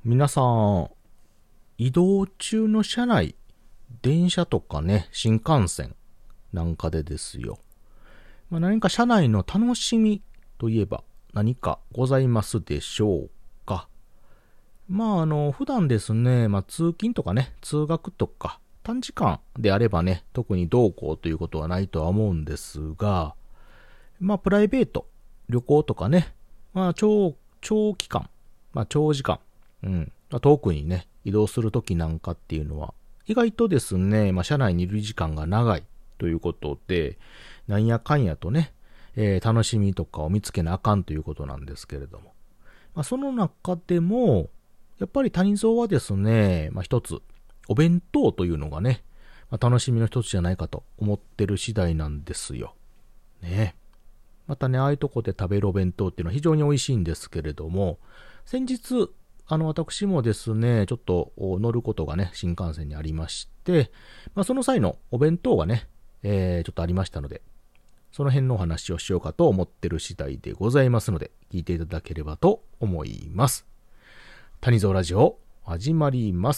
皆さん、移動中の車内、電車とかね、新幹線なんかでですよ。何か車内の楽しみといえば何かございますでしょうか。普段ですね、通勤とかね、通学とか、短時間であればね、特にどうこうということはないとは思うんですが、プライベート、旅行とかね、長期間、長時間、遠くにね、移動するときなんかっていうのは、意外とですね、車内にいる時間が長いということで、なんやかんやとね、楽しみとかを見つけなあかんということなんですけれども。その中でも、やっぱり谷蔵はですね、一つ、お弁当というのがね、楽しみの一つじゃないかと思ってる次第なんですよ。ね。またね、ああいうとこで食べるお弁当っていうのは非常に美味しいんですけれども、先日、私もですね、ちょっと乗ることがね、新幹線にありまして、その際のお弁当がね、ちょっとありましたので、その辺のお話をしようかと思ってる次第でございますので、聞いていただければと思います。谷蔵ラジオ、始まります。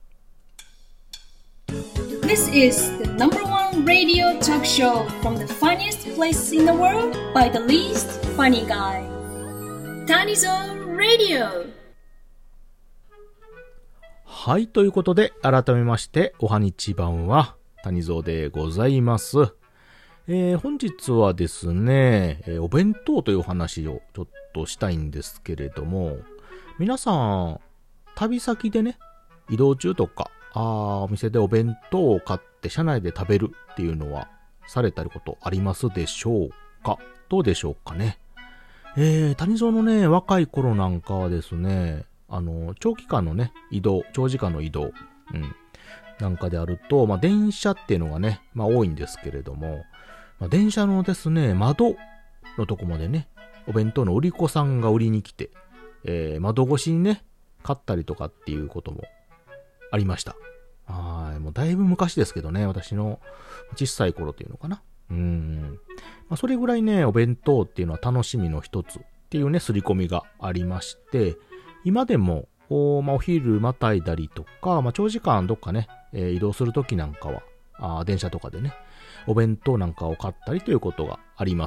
This is the number one radio talk show from the funniest place in the world by the least funny guy. Tanizo Radio! はい、ということで、改めまして、おはにちばんは、谷蔵でございます。本日はですね、お弁当というお話をちょっとしたいんですけれども、皆さん、旅先でね、移動中とか、お店でお弁当を買って車内で食べるっていうのは、されたことありますでしょうか？どうでしょうかね。谷蔵のね、若い頃なんかはですね、長期間のね、長時間の移動、なんかであると、電車っていうのがね、多いんですけれども、電車のですね、窓のとこまでね、お弁当の売り子さんが売りに来て、窓越しにね、買ったりとかっていうこともありました。もうだいぶ昔ですけどね、私の小さい頃っていうのかな。それぐらいね、お弁当っていうのは楽しみの一つっていうね、刷り込みがありまして、今でも、お昼またいだりとか、長時間どっかね、移動するときなんかは、電車とかでね、お弁当なんかを買ったりということがあります。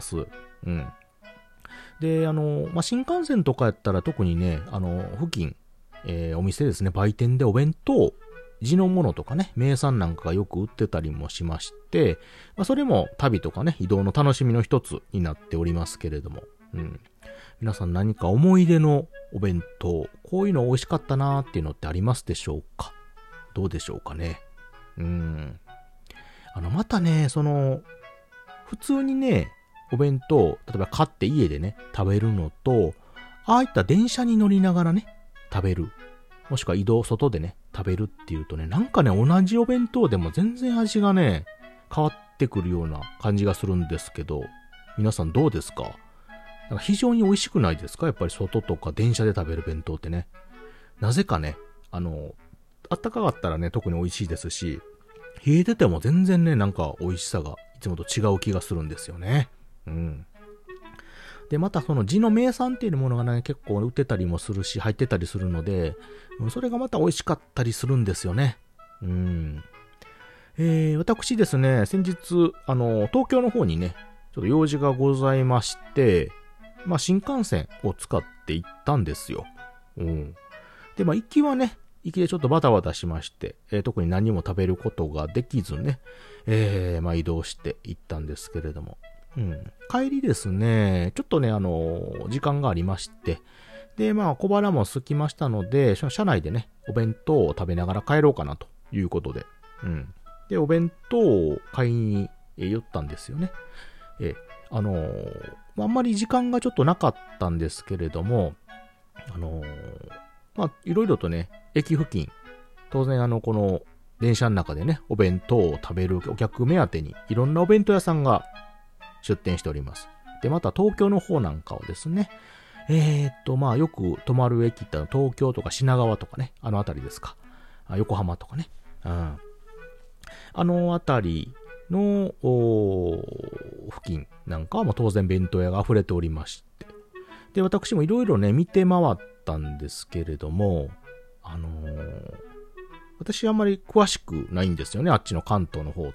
で、新幹線とかやったら特にね、付近、お店ですね、売店でお弁当、地のものとかね、名産なんかがよく売ってたりもしまして、それも旅とかね、移動の楽しみの一つになっておりますけれども、皆さん何か思い出のお弁当、こういうの美味しかったなーっていうのってありますでしょうか？どうでしょうかね。またね、普通にね、お弁当、例えば買って家でね、食べるのと、ああいった電車に乗りながらね、食べる。もしくは外でね、食べるっていうとね、なんかね、同じお弁当でも全然味がね、変わってくるような感じがするんですけど、皆さんどうですか？なんか非常に美味しくないですか？やっぱり外とか電車で食べる弁当ってね。なぜかね、あったかかったらね、特に美味しいですし、冷えてても全然ね、なんか美味しさがいつもと違う気がするんですよね。で、またその地の名産っていうものがね、結構売ってたりもするし、入ってたりするので、それがまた美味しかったりするんですよね。私ですね、先日、東京の方にね、ちょっと用事がございまして、新幹線を使って行ったんですよ。で、行きはね、行きでちょっとバタバタしまして、特に何も食べることができずね、移動して行ったんですけれども、帰りですね、ちょっとね、時間がありまして、で、小腹も空きましたので、車内でね、お弁当を食べながら帰ろうかなということで、で、お弁当を買いに寄ったんですよね。あんまり時間がちょっとなかったんですけれども、いろいろとね、駅付近、当然この電車の中でね、お弁当を食べるお客目当てに、いろんなお弁当屋さんが出店しております。で、また東京の方なんかはですね、よく泊まる駅って東京とか品川とかね、あの辺りですか。横浜とかね。あの辺りの付近なんかはもう当然弁当屋が溢れておりまして。で、私もいろいろね、見て回ったんですけれども、 私あんまり詳しくないんですよね。あっちの関東の方って。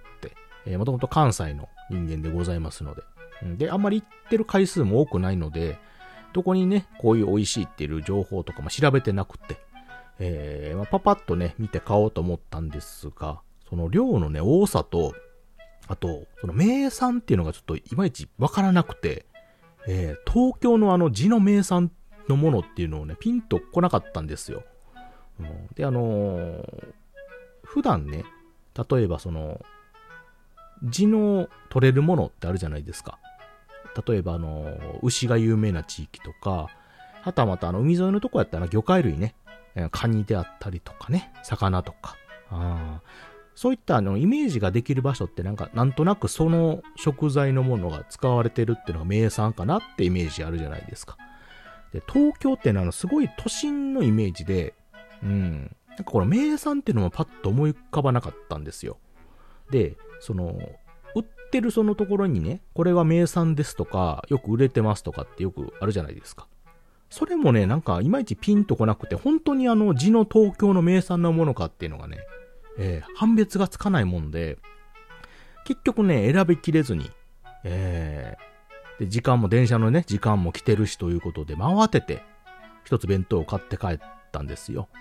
もともと関西の人間でございますので。で、あんまり行ってる回数も多くないので、どこにね、こういう美味しいっていう情報とかも調べてなくて、パパッとね、見て買おうと思ったんですが、その量のね、多さと、あと、その名産っていうのがちょっといまいちわからなくて、東京の地の名産のものっていうのをね、ピンと来なかったんですよ。で、普段ね、例えばその、地の取れるものってあるじゃないですか。例えば牛が有名な地域とか、はたまた海沿いのとこやったら魚介類ね、カニであったりとかね、魚とか。そういったイメージができる場所ってなんとなくその食材のものが使われてるっていうのが名産かなってイメージあるじゃないですか。で、東京ってすごい都心のイメージで、この名産っていうのもパッと思い浮かばなかったんですよ。で、売ってるそのところにね、これは名産ですとか、よく売れてますとかってよくあるじゃないですか。それもね、いまいちピンとこなくて、本当に地の東京の名産のものかっていうのがね、判別がつかないもんで、結局ね、選びきれずに、で、電車のね、時間も来てるしということで、慌てて、一つ弁当を買って帰ったんですよ。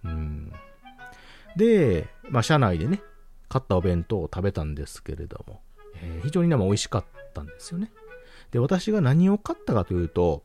で、車内でね、買ったお弁当を食べたんですけれども、非常に美味しかったんですよね。で、私が何を買ったかというと、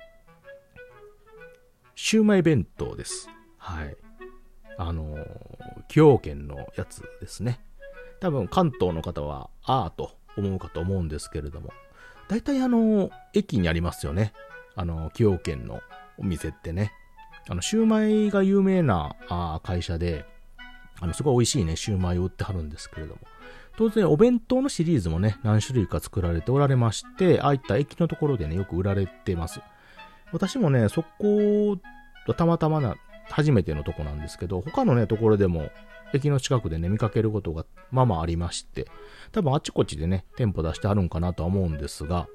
シウマイ弁当です。はい。崎陽軒のやつですね。多分関東の方は、と思うかと思うんですけれども、大体駅にありますよね。崎陽軒のお店ってね。シウマイが有名な会社で、すごい美味しいね、シウマイを売ってはるんですけれども。当然、お弁当のシリーズもね、何種類か作られておられまして、ああいった駅のところでね、よく売られてます。私もね、そこ、たまたま初めてのとこなんですけど、他のね、ところでも、駅の近くでね、見かけることが、まあまあありまして、多分あっちこっちでね、店舗出してあるんかなとは思うんですが、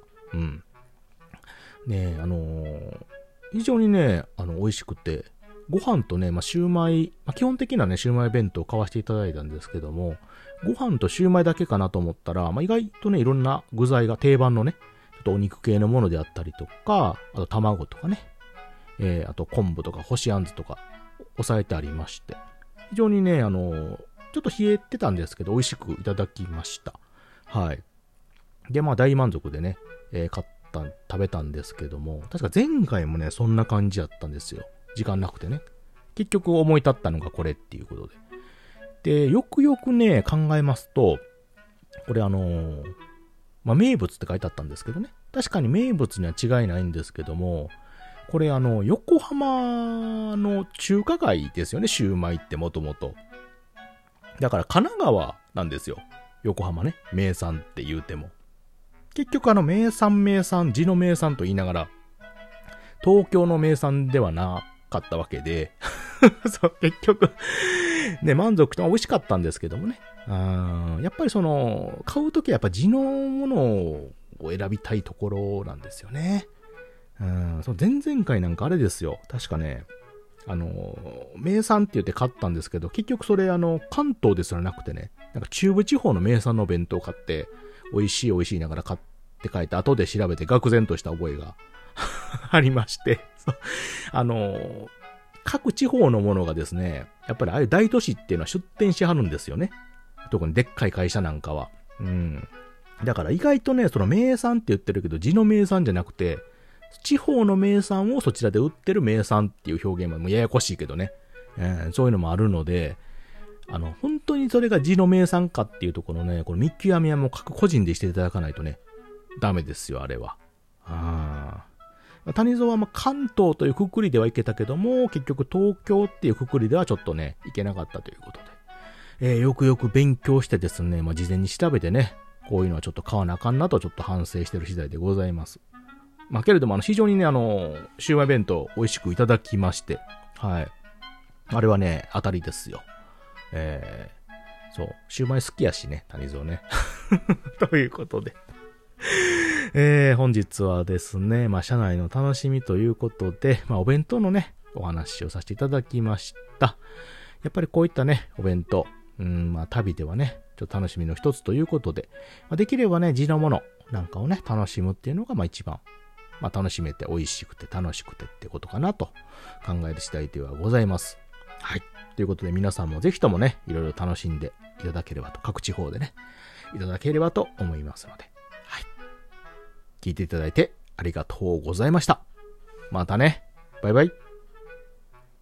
ね、非常にね、美味しくて、ご飯とね、シウマイ、基本的なね、シウマイ弁当を買わせていただいたんですけども、ご飯とシウマイだけかなと思ったら、意外とね、いろんな具材が定番のね、ちょっとお肉系のものであったりとか、あと卵とかね、あと昆布とか干しあんずとか、抑えてありまして、非常にね、ちょっと冷えてたんですけど、美味しくいただきました。はい。で、大満足でね、食べたんですけども、確か前回もね、そんな感じだったんですよ。時間なくてね。結局思い立ったのがこれっていうことで。で、よくよくね、考えますと、これ名物って書いてあったんですけどね。確かに名物には違いないんですけども、これ横浜の中華街ですよね、シウマイってもともと。だから神奈川なんですよ。横浜ね。名産って言うても。結局名産、地の名産と言いながら、東京の名産ではなかったわけで、そう、結局、ね、満足と美味しかったんですけどもね。やっぱり買うときはやっぱ地のものを選びたいところなんですよね。その前々回なんかあれですよ。確かね、名産って言って買ったんですけど、結局それ関東ですらなくてね、中部地方の名産の弁当を買って、美味しい美味しいながら買って帰って後で調べて愕然とした覚えがありまして、各地方のものがですね、やっぱりああいう大都市っていうのは出店しはるんですよね。特にでっかい会社なんかは。だから意外とね、その名産って言ってるけど、地の名産じゃなくて、地方の名産をそちらで売ってる名産っていう表現もややこしいけどね。そういうのもあるので、本当にそれが地の名産かっていうところね、この見極めはもう各個人でしていただかないとね、ダメですよ、あれは。谷蔵は関東というくくりではいけたけども、結局東京っていうくくりではちょっとね、いけなかったということで。よくよく勉強してですね、事前に調べてね、こういうのはちょっと買わなあかんなとちょっと反省してる次第でございます。けれども非常にね、シウマイ弁当美味しくいただきまして、はい。あれはね、当たりですよ。そう、シウマイ好きやしね、谷蔵ね。ということで。本日はですね、社内の楽しみということで、お弁当のね、 お話をさせていただきました。やっぱりこういったね、お弁当、旅ではね、ちょっと楽しみの一つということで、できればね、地のものなんかをね、楽しむっていうのが一番、楽しめて美味しくて楽しくてってことかなと考える次第ではございます。はい。ということで皆さんもぜひともね、いろいろ楽しんでいただければと、各地方でね、いただければと思いますので、はい。聞いていただいてありがとうございました。またね。バイバイ。